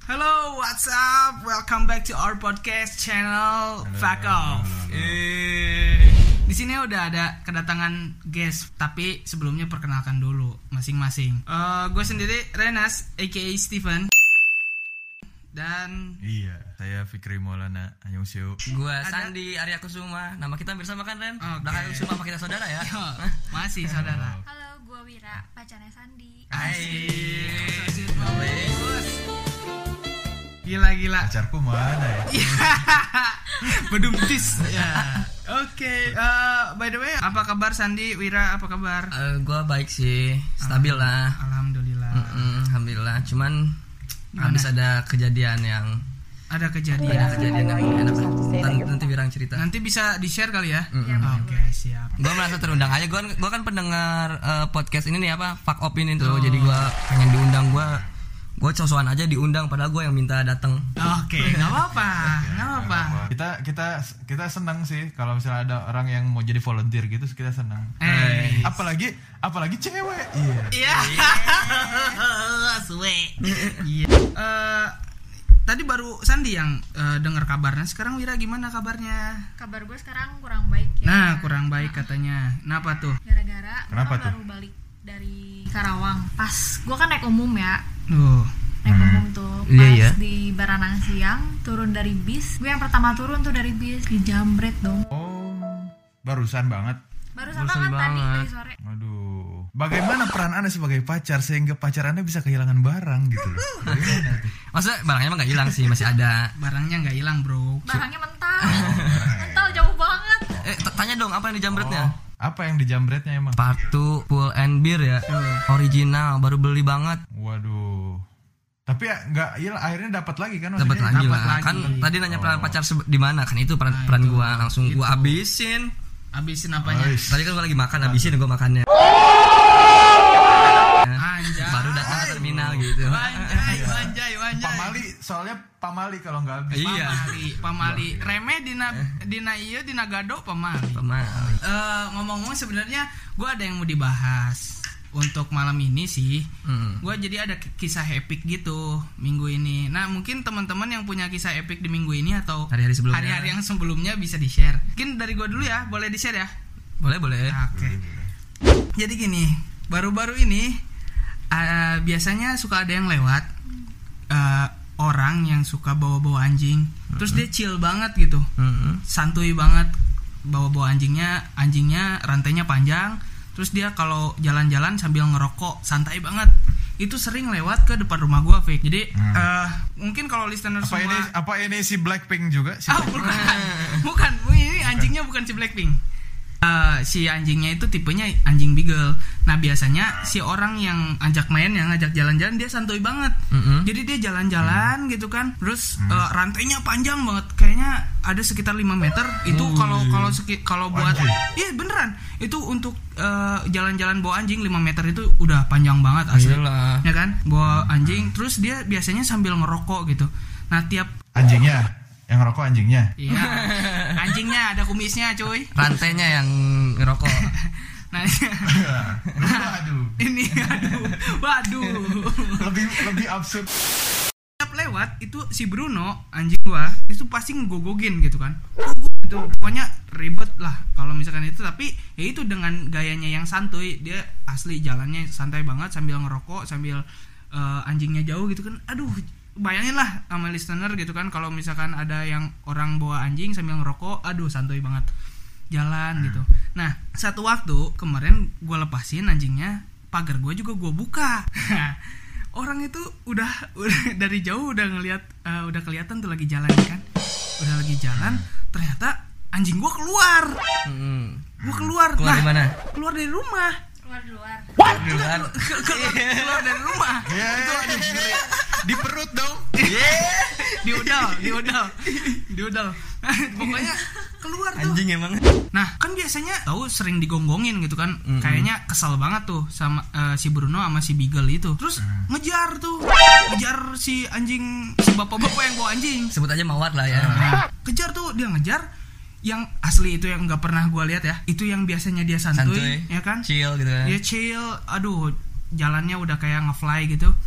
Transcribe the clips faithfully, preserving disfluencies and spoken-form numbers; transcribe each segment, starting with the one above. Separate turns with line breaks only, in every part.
Hello, what's up? Welcome back to our podcast channel Fuck Off. Eh, di sini udah ada kedatangan guest, tapi sebelumnya perkenalkan dulu masing-masing. Uh, gue sendiri Renas, aka Steven. Dan
iya, saya Fikri Maulana Anyungseo.
Gua Sandi Arya Kusuma. Nama kita bersama kan, Ren?
Okay.
Belakang Kusuma apa kita saudara ya?
Yo, masih saudara.
Halo, gua Wira, pacarnya Sandi.
Hai. Gila-gila.
Pacarku mana ya?
Bedumtis. Ya. Oke, uh, by the way, apa kabar Sandi, Wira, apa kabar?
Uh, gua baik sih, stabil lah.
Alhamdulillah.
Mm-mm, Alhamdulillah. Cuman
Gimana?
habis ada kejadian yang
Ada kejadian.
ada kejadian yang enak. Nanti, nanti Wirang cerita.
Nanti bisa di-share kali ya?
Mm-mm.
Oke, siap.
Gua merasa terundang aja. Gua gua kan pendengar uh, podcast ini nih apa? Fuck Up ini tuh. Oh. Jadi gua pengen diundang. Gua Gue cosokan aja diundang, padahal gue yang minta datang.
Oke, nggak apa-apa, nggak apa-apa.
Kita kita kita senang sih kalau misalnya ada orang yang mau jadi volunteer gitu, kita senang.
Eh,
Apalagi apalagi cewek. Iya.
iya, suwe. Iya. Eh, Tadi baru Sandi yang uh, dengar kabarnya. Sekarang Wira gimana kabarnya?
Kabar gue sekarang kurang baik ya.
Nah, kurang baik katanya. Kenapa tuh?
Gara-gara gue
Kenapa
kan
tuh?
baru balik dari Karawang. Pas gue kan naik umum ya.
Tuh.
Naik
Hmm.
umum tuh. Pas
Iya, iya.
di Baranang siang turun dari bis. Gue yang pertama turun tuh dari bis, dijambret dong.
Oh, barusan banget.
Barusan
Barusan
banget tadi
banget.
tadi sore.
Waduh. Bagaimana peran Anda sebagai pacar sehingga pacar Anda bisa kehilangan barang gitu loh? Bagaimana tuh?
Maksudnya barangnya emang gak hilang sih, masih ada.
Barangnya nggak hilang, bro.
Barangnya mental. mental jauh banget.
Eh, t- tanya dong apa yang dijambretnya?
Oh, apa yang dijambretnya emang?
Sepatu Pull and Bear ya, original, baru beli banget.
Waduh. Tapi ya nggak, iya akhirnya dapat lagi kan?
Dapat
maksudnya?
lagi
dapat
lah.
lagi.
Kan tadi nanya peran
Oh.
pacar sebe- di mana, kan itu peran
Nah,
peran
itu.
gua, langsung gua
Itu.
habisin.
Habisin apanya?
Ais.
Tadi kan gua lagi makan, habisin gua makannya.
Anjay.
Baru datang ke terminal gitu.
Anjay, anjay, anjay.
Pamali, soalnya pamali kalau nggak habis.
Iya.
Pamali, pamali. Remeh dina dina ieu dina gado pamali.
Pemali.
Eh, ngomong-ngomong sebenarnya gue ada yang mau dibahas untuk malam ini sih.
Hmm.
Gue jadi ada k- kisah epic gitu minggu ini. Nah mungkin teman-teman yang punya kisah epic di minggu ini atau
Hari-hari sebelumnya.
hari-hari yang sebelumnya bisa di share. Mungkin dari gue dulu ya, boleh di share ya.
Boleh, boleh.
Oke. Jadi gini, baru-baru ini uh, biasanya suka ada yang lewat uh, orang yang suka bawa-bawa anjing, terus dia chill banget gitu,
Mm-mm.
santuy banget bawa-bawa anjingnya, anjingnya rantainya panjang, terus dia kalau jalan-jalan sambil ngerokok, santai banget. Itu sering lewat ke depan rumah gua, Fik. Jadi
Hmm.
uh, mungkin kalau listener
Apa
semua
ini apa ini si Blackpink juga? Si
ah, bukan, bukan, ini anjingnya bukan si Blackpink. Uh, si anjingnya itu tipenya anjing beagle. Nah biasanya si orang yang ajak main, yang ngajak jalan-jalan, dia santuy banget.
Mm-mm.
Jadi dia jalan-jalan gitu kan, terus uh, rantainya panjang banget, kayaknya ada sekitar lima meter. Itu kalau kalau seki- kalau buat,
Anjing.
iya beneran. Itu untuk uh, jalan-jalan bawa anjing lima meter itu udah panjang banget asli.
Iyalah.
Ya kan, bawa anjing, terus dia biasanya sambil ngerokok gitu. Nah tiap
anjingnya, yang ngerokok anjingnya.
iya anjingnya ada kumisnya cuy.
Rantainya yang ngerokok.
Nah,
Waduh,
ini aduh, waduh.
lebih lebih absurd.
Tiap lewat itu si Bruno anjing gua itu pasti ngegogogin gitu kan. Itu pokoknya ribet lah kalau misalkan itu, tapi ya itu dengan gayanya yang santuy, dia asli jalannya santai banget sambil ngerokok, sambil uh, anjingnya jauh gitu kan. Aduh, bayangin lah sama listener gitu kan, kalau misalkan ada yang orang bawa anjing sambil ngerokok, aduh santuy banget jalan gitu. Nah satu waktu kemarin gue lepasin anjingnya, pagar gue juga gue buka. Orang itu udah, udah dari jauh udah ngelihat, uh, udah kelihatan tuh lagi jalan kan, udah lagi jalan, ternyata anjing gue keluar.
Mm-mm.
Gue keluar.
Keluar
Nah,
di mana?
keluar dari rumah.
Keluar di luar.
Di luar.
Ke- ke- keluar dari rumah.
Ya, itu aduh, ngeri. Di perut dong.
di udal, di udal, di udal. Pokoknya keluar tuh.
Anjing emang.
Nah, kan biasanya tahu sering digonggongin gitu kan.
Mm-mm.
Kayaknya kesel banget tuh sama eh, si Bruno sama si Beagle itu. Terus ngejar tuh. Ngejar si anjing, si bapak-bapak yang bawa anjing.
Sebut aja mawar lah ya.
Nah, kejar tuh, dia ngejar. Yang asli itu yang nggak pernah gue lihat ya, itu yang biasanya dia santuy,
Santuy.
ya kan,
Chill gitu kan.
dia chill, aduh jalannya udah kayak ngefly gitu.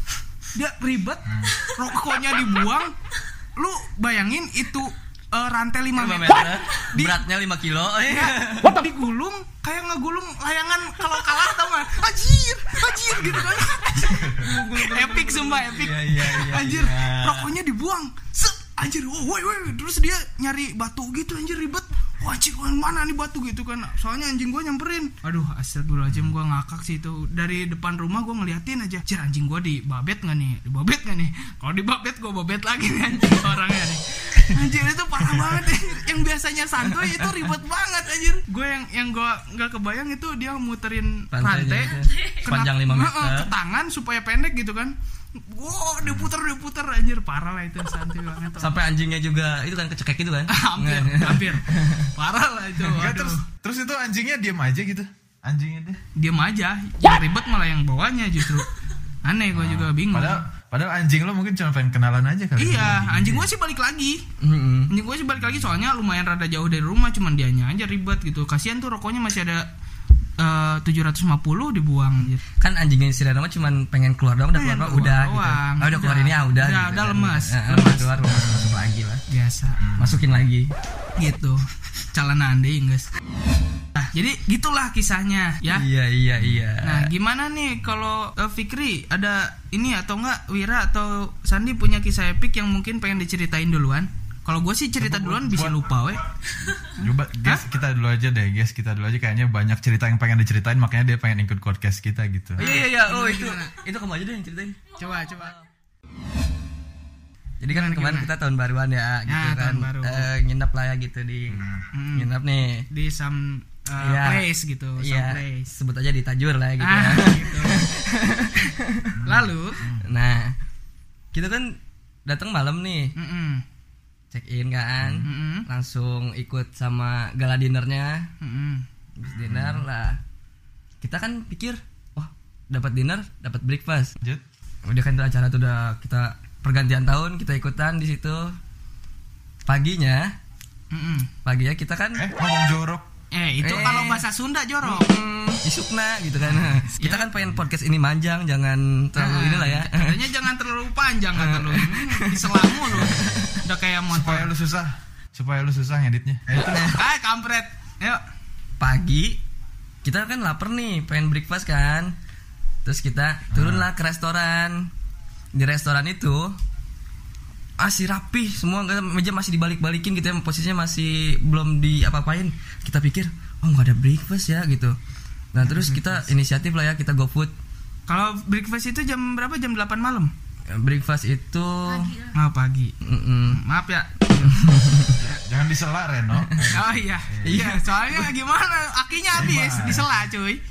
dia ribet, rokoknya dibuang. Lu bayangin itu uh, rantai lima meter,
di, beratnya lima kilo.
Digulung kayak ngegulung layangan kalau kalah tau gak? Anjir, anjir gitu kan. Epic sumpah, epic.
Iya, iya, iya,
Anjir,
iya.
rokoknya dibuang. Set, anjir, woi woi, terus dia nyari batu gitu anjir ribet. Wah, anjir, mana nih batu gitu kan. Soalnya anjing gue nyamperin. Aduh, astagfirullahaladzim, gue ngakak sih itu. Dari depan rumah gue ngeliatin aja. Anjir, anjing gue dibabet gak nih? Dibabet gak nih? Kalau dibabet gue babet lagi nih anjing orangnya nih. Anjir, itu parah banget ya. Yang biasanya santuy itu ribet banget anjir. Gue yang yang gue gak kebayang itu dia muterin rantai
panjang lima meter
ke tangan supaya pendek gitu kan. Wow, diputer diputer anjir, parah lah itu santuy banget.
Sampai anjingnya juga itu kan kecekek itu kan.
hampir, hampir. Parah lah itu.
Ya,
Aduh.
terus terus itu anjingnya diam aja gitu. Anjingnya deh.
Diam aja. Yang ribet malah yang bawahnya justru. Aneh, gue juga bingung.
Padahal padahal anjing lo mungkin cuma pengen kenalan aja kali.
Iya, anjing gue sih balik lagi.
Mm-hmm.
Anjing gue sih balik lagi soalnya lumayan rada jauh dari rumah, cuman dianya aja ribet gitu. Kasihan tuh rokoknya masih ada uh, tujuh ratus lima puluh dibuang anjir.
Kan anjingnya si Reno cuman pengen keluar doang, udah keluar doang, udah gitu. Ah, udah keluar ini ah udah.
Udah,
gitu,
udah
kan.
lemas.
Eh, eh,
lemas.
keluar lemas masuk lagi lah.
Biasa.
Masukin lagi.
Gitu. Calana ande guys. Nah, jadi gitulah kisahnya ya.
Iya iya iya.
Nah, gimana nih kalau uh, Fikri ada ini atau enggak Wira atau Sandi punya kisah epic yang mungkin pengen diceritain duluan? Kalau gue sih cerita
Coba
duluan
buat-
bisa lupa weh.
Coba guys kita dulu aja deh, guys kita dulu aja kayaknya banyak cerita yang pengen diceritain makanya dia pengen ikut podcast kita gitu.
Iya iya iya. Oh
Gimana,
itu
gimana?
itu kamu aja deh yang ceritain.
Coba coba.
Jadi kan
Gimana,
kemarin
gimana?
kita tahun baruan ya gitu
Ah,
kan.
tahun baru.
Eh, nginep lah ya gitu di
Hmm.
nginep nih.
Di some uh,
Iya.
place gitu, some
Iya,
place.
sebut aja di Tajur lah ya gitu.
Ah,
ya.
gitu. Lalu,
Nah, kita kan datang malam nih,
mm-mm,
check in kan,
mm-mm,
langsung ikut sama gala dinernya,
mm-mm.
habis dinner lah. Kita kan pikir, wah dapat dinner, dapat breakfast.
Lanjut.
Udah kan itu acara tuh udah kita pergantian tahun kita ikutan di situ. Paginya,
Mm-mm.
paginya kita kan
Eh ngomong jorok.
Eh itu
Eh.
kalau bahasa Sunda jorok.
Hmm, isukna gitu kan. Kita kan pengen podcast ini manjang, jangan terlalu
Ah,
inilah ya.
Katanya jangan terlalu panjang kata lu. Hmm, Diselamu lu. Udah kayak
Supaya
motor.
lu susah. Supaya lu susah ngeditnya. Eh, itu.
Ah, kampret. Ayo.
Pagi kita kan lapar nih, pengen breakfast kan. Terus kita turunlah ke restoran. Di restoran itu masih rapih semua, meja masih dibalik-balikin gitu ya, posisinya masih belum di apa-apain. Kita pikir, oh nggak ada breakfast ya gitu. Nah terus kita inisiatif lah ya, kita GoFood.
Kalau breakfast itu jam berapa? Jam delapan malam.
Breakfast itu
Pagi lah.
Ah, pagi.
mm-mm.
Maaf ya.
Jangan disela Reno.
Oh iya. Iya, soalnya gimana? Akinya habis, disela cuy.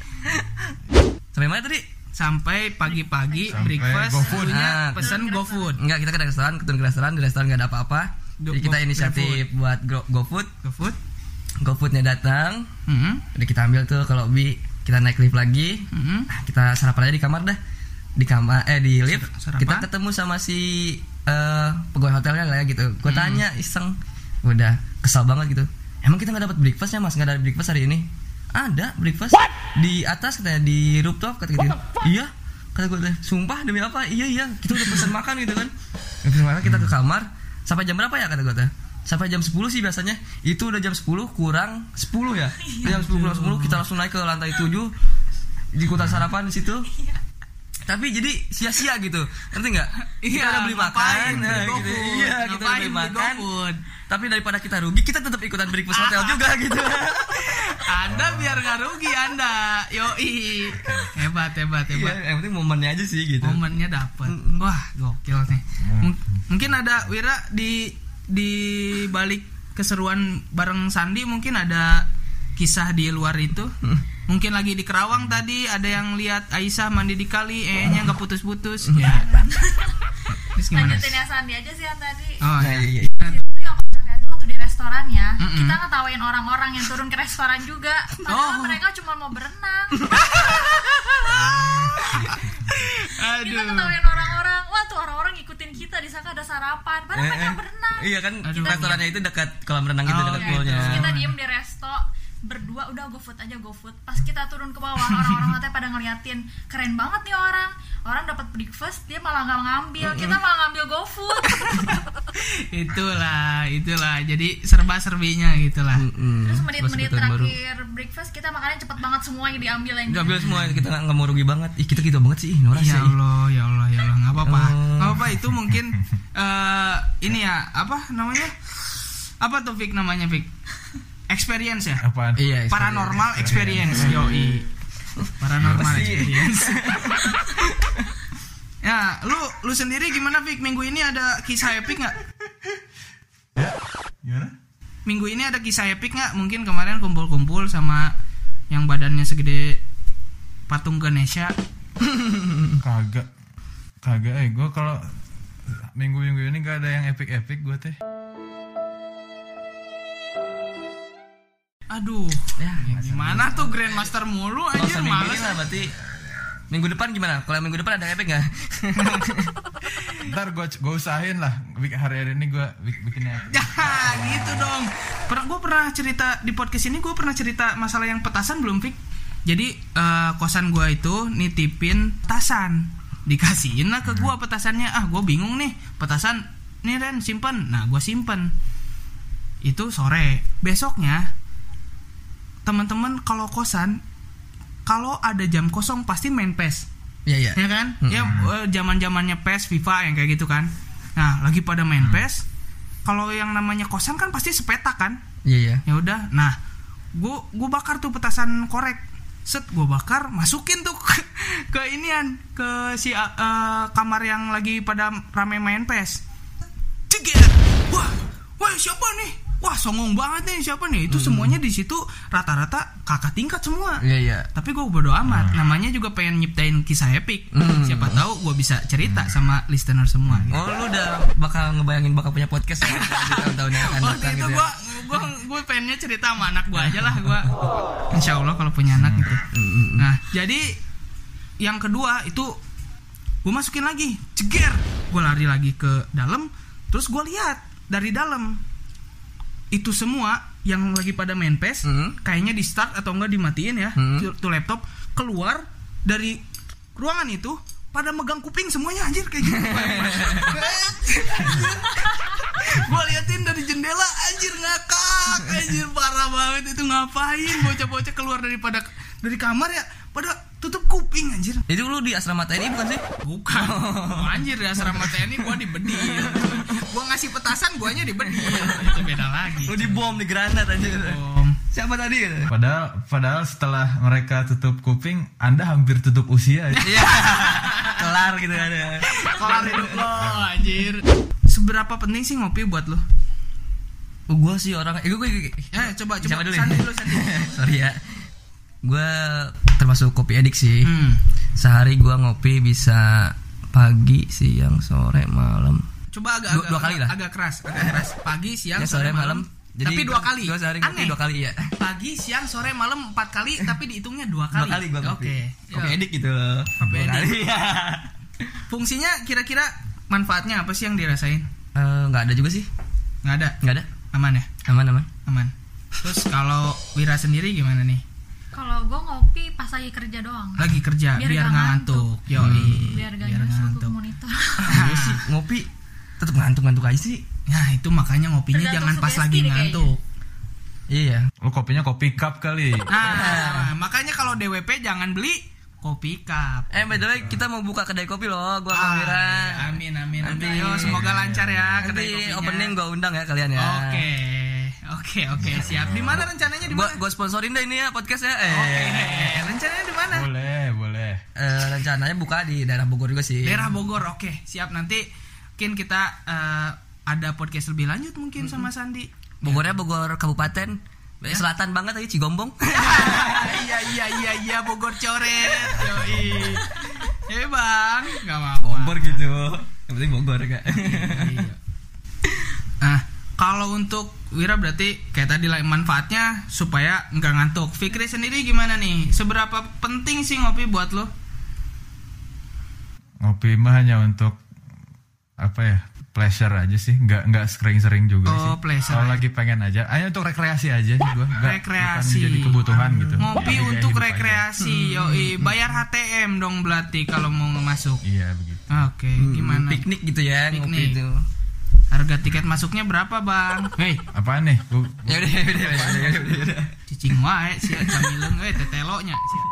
Sampai mana tadi?
Sampai pagi-pagi
Sampai
breakfast
GoFood.
dulunya
Ah,
pesen GoFood.
Enggak, kita ke restoran, ketemu ke restoran, di restoran nggak ada apa-apa.
Go-
Jadi kita
go-
inisiatif buat Go- GoFood.
GoFood.
GoFoodnya datang,
Hmm.
udah kita ambil tuh ke lobby, kita naik lift lagi.
Hmm.
Nah, kita sarapan aja di kamar dah. Di kamar eh di lift
Sarapan?
kita ketemu sama si eh, pegawai hotelnya lah ya gitu. Gue
Hmm.
tanya iseng, udah kesal banget gitu. Emang kita nggak dapat breakfast ya mas? Nggak ada breakfast hari ini? Ada breakfast di atas katanya, di rooftop kata gitu. Iya kata gue, sumpah demi apa? Iya iya kita udah pesan makan gitu kan. Pesan makan kita ke kamar. Sampai jam berapa ya kata gue? Sampai jam sepuluh sih biasanya. Itu udah jam sepuluh kurang sepuluh ya. Jam sepuluh kurang sepuluh kita langsung naik ke lantai tujuh, ikutan sarapan di situ. Tapi jadi sia-sia gitu, ngerti nggak? Kita udah beli makan,
ngapain
nah,
beli
gitu.
GoFood?
Iya kita udah
Ngapain
beli
beli
makan.
GoFood?
Tapi daripada kita rugi, kita tetap ikutan breakfast hotel juga gitu.
Anda biar nggak rugi Anda. Yoi. Hebat hebat
Iya,
hebat.
yang penting momennya aja sih gitu.
Momennya dapet.
Mm-mm.
Wah, gokil nih. M- mungkin ada Wira di di balik keseruan bareng Sandi, mungkin ada kisah di luar itu. Mungkin lagi di Kerawang tadi ada yang lihat Aisyah mandi di kali, eh-nya nggak putus-putus. Ya. Terus gimana?
Lanjutin ya Sandi aja sih yang tadi.
Oh,
Nah,
ya.
iya, iya.
Itu tuh yang kocaknya tuh waktu di restoran ya,
Mm-mm.
kita ngetawain orang-orang yang turun ke restoran juga, padahal
Oh.
mereka cuma mau berenang. Kita
Aduh.
ngetawain orang-orang, wah tuh orang-orang ngikutin kita disangka ada sarapan, padahal
Eh,
mereka
eh.
berenang.
Iya kan,
Aduh.
restorannya itu dekat kolam renang gitu,
Oh,
dekat
gitu.
poolnya.
Terus kita diem di resto, berdua udah GoFood aja GoFood. Pas kita turun ke bawah orang-orang katanya pada ngeliatin keren banget nih orang. Orang dapat breakfast dia malah nggak ngambil, kita malah ngambil GoFood.
itulah, itulah. Jadi serba-serbinya gitulah.
Mm-mm.
Terus menit-menit
Pas baru.
terakhir breakfast kita makannya cepet banget semuanya diambil yang
Nggak ambil semua, kita nggak nggak mau rugi banget. Ih kita gitu banget sih, Nora
Ya
sih.
Allah, ya Allah, ya Allah, nggak apa-apa,
Oh.
nggak apa-apa. Itu mungkin eh, ini ya apa namanya? Apa tuh Fik namanya Fik? Experience ya?
Apaan?
Iya.
Paranormal experience, yoi. Paranormal
Apa sih?
experience. Ya, lu lu sendiri gimana Fik? Minggu ini ada kisah epic nggak?
Ya, gimana?
Minggu ini ada kisah epic nggak? Mungkin kemarin kumpul-kumpul sama yang badannya segede patung Ganesha.
Kagak, kagak. Eh, gue kalau minggu-minggu ini gak ada yang epic-epic gue teh.
Aduh,
Ya,
gimana tuh Grandmaster mulu
Nggak
anjir,
usah minggu
males.
ini lah berarti. Minggu depan gimana? Kalau minggu depan ada epic nggak?
Ntar gue gue usahain lah. Bik- Hari-hari ini gue bik- bikinnya.
Ya gitu dong. Pernah gue pernah cerita di podcast ini, gue pernah cerita masalah yang petasan belum Fik? Jadi eh, kosan gue itu nitipin petasan, dikasihin lah ke gue petasannya. Ah gue bingung nih petasan, nih Ren simpen. Nah gue simpen. Itu sore. Besoknya teman-teman kalau kosan, kalau ada jam kosong pasti main P E S.
Iya iya.
Ya kan?
Mm-mm.
Ya eh, zaman-zamannya P E S, FIFA yang kayak gitu kan. Nah, lagi pada main P E S. Kalau yang namanya kosan kan pasti sepetak kan?
Iya iya.
Ya udah. Nah, gua gua bakar tuh petasan korek. Set gua bakar, masukin tuh ke, ke inian, ke si eh, kamar yang lagi pada rame main P E S. Ceger. Wah, wah siapa nih? Wah, songong banget nih siapa nih? Itu semuanya di situ rata-rata kakak tingkat semua.
Iya iya.
Tapi gue bodo amat. Namanya juga pengen nyiptain kisah epic.
Hmm.
Siapa tahu gue bisa cerita sama listener semua. Gitu.
Oh lu udah bakal ngebayangin bakal punya podcast ya? Di tahun-tahun yang akan
Waktu
datang
itu
gitu
gue
ya?
gue gue pengennya cerita sama anak gue aja lah gue. Insya Allah kalau punya anak gitu.
Mm-mm.
Nah jadi yang kedua itu gue masukin lagi, ceger. Gue lari lagi ke dalam. Terus gue lihat dari dalam itu semua yang lagi pada main P E S
Hmm.
kayaknya di start atau enggak dimatiin ya.
Hmm.
Tuh, tuh laptop keluar dari ruangan itu pada megang kuping semuanya anjir kayak gitu. Gua liatin dari jendela anjir ngakak anjir parah banget itu ngapain bocah-bocah keluar daripada dari kamar ya pada tutup kuping anjir.
Itu lu di asrama T N I bukan sih?
Bukan. Anjir di asrama T N I gua dibedil. Gua ngasih petasan guanya dibedil. Itu beda lagi.
Lu dibom di granat anjir.
Om.
Siapa tadi?
Padahal, padahal setelah mereka tutup kuping, Anda hampir tutup usia.
Iya. Kelar gitu kan ya.
Kelar hidup lo anjir. Seberapa penting sih ngopi buat lo?
Oh, gua sih orang eh gua, gua,
Eh coba coba
siapa dulu
Sandi
ya?
dulu Sandi.
Sorry ya. Gua termasuk kopi edik sih.
Hmm.
Sehari gua ngopi bisa pagi, siang, sore, malam.
Coba agak
Dua-
agak
dua kali
agak,
lah.
agak keras, agak keras. Pagi, siang,
Ya,
sore, malam. Tapi dua kali.
Gua sehari ngopi
Aneh.
dua kali ya.
Pagi, siang, sore, malam empat kali, tapi dihitungnya dua kali.
Dua kali gua ngopi.
Oke.
Kopi
Yuk.
edik gitu loh.
Kopi
Dua
edik.
kali.
Fungsinya kira-kira manfaatnya apa sih yang dirasain?
Eh, nggak ada juga sih.
Nggak ada.
Nggak ada.
Aman ya?
Aman aman.
Aman. Terus kalau Wira sendiri gimana nih?
Kalau gue ngopi pas lagi kerja doang.
Lagi kerja biar,
Biar
nggak
nggak
ngantuk. Yoi.
Biar gak nyusul ke monitor.
Gue sih ngopi tetap ngantuk-ngantuk aja sih.
Nah, itu makanya ngopinya
Tergantung
jangan pas
sugesti
lagi
nih
ngantuk.
Iya.
Lu kopinya kopi cup kali.
Nah, makanya kalau D W P jangan beli kopi cup.
Eh by the way kita mau buka kedai kopi loh. Gua sama Wira.
Ah, amin amin.
Nanti
Nanti Yo, semoga lancar ya kedai
Nanti
kopinya.
opening gua undang ya kalian ya.
Oke. Oke, oke, siap. Di mana rencananya di
Gua
mana?
gua sponsorin deh ini ya podcast ya. Eh.
Oke. Rencananya di mana?
Boleh, boleh.
Eh, rencananya buka di daerah Bogor juga sih.
Daerah Bogor. Oke, siap. Nanti mungkin kita eh, ada podcast lebih lanjut mungkin sama Sandi.
Bogornya Bogor Kabupaten.
Ya.
Selatan banget tadi Cigombong.
Iya iya iya iya Bogor coret. Yoi. Eh bang, nggak apa-apa.
Bogor gitu. Yang penting Bogor kak.
Iya. Nah, kalau untuk Wira berarti kayak tadi lah manfaatnya supaya nggak ngantuk. Fikri sendiri gimana nih? Seberapa penting sih ngopi buat lo?
Ngopi mah hanya untuk apa ya? pleasure aja sih, nggak nggak sering-sering juga
Oh,
sih.
pleasure
Kalau
aja.
lagi pengen aja, hanya untuk rekreasi aja sih gua. Nggak-
Rekreasi.
bukan jadi kebutuhan gitu.
Ngopi
Jadi
untuk
hidup aja.
rekreasi, yoi. Bayar H T M dong berarti kalau mau masuk.
Iya begitu.
Oke, gimana?
Piknik gitu ya, ngopi
Piknik.
itu.
Harga tiket masuknya berapa, Bang? Hei,
Apaan nih? Gua,
Ya udah, ya udah, ya udah, ya udah, ya udah.
cicing wae sia camileung we tetelonya sia.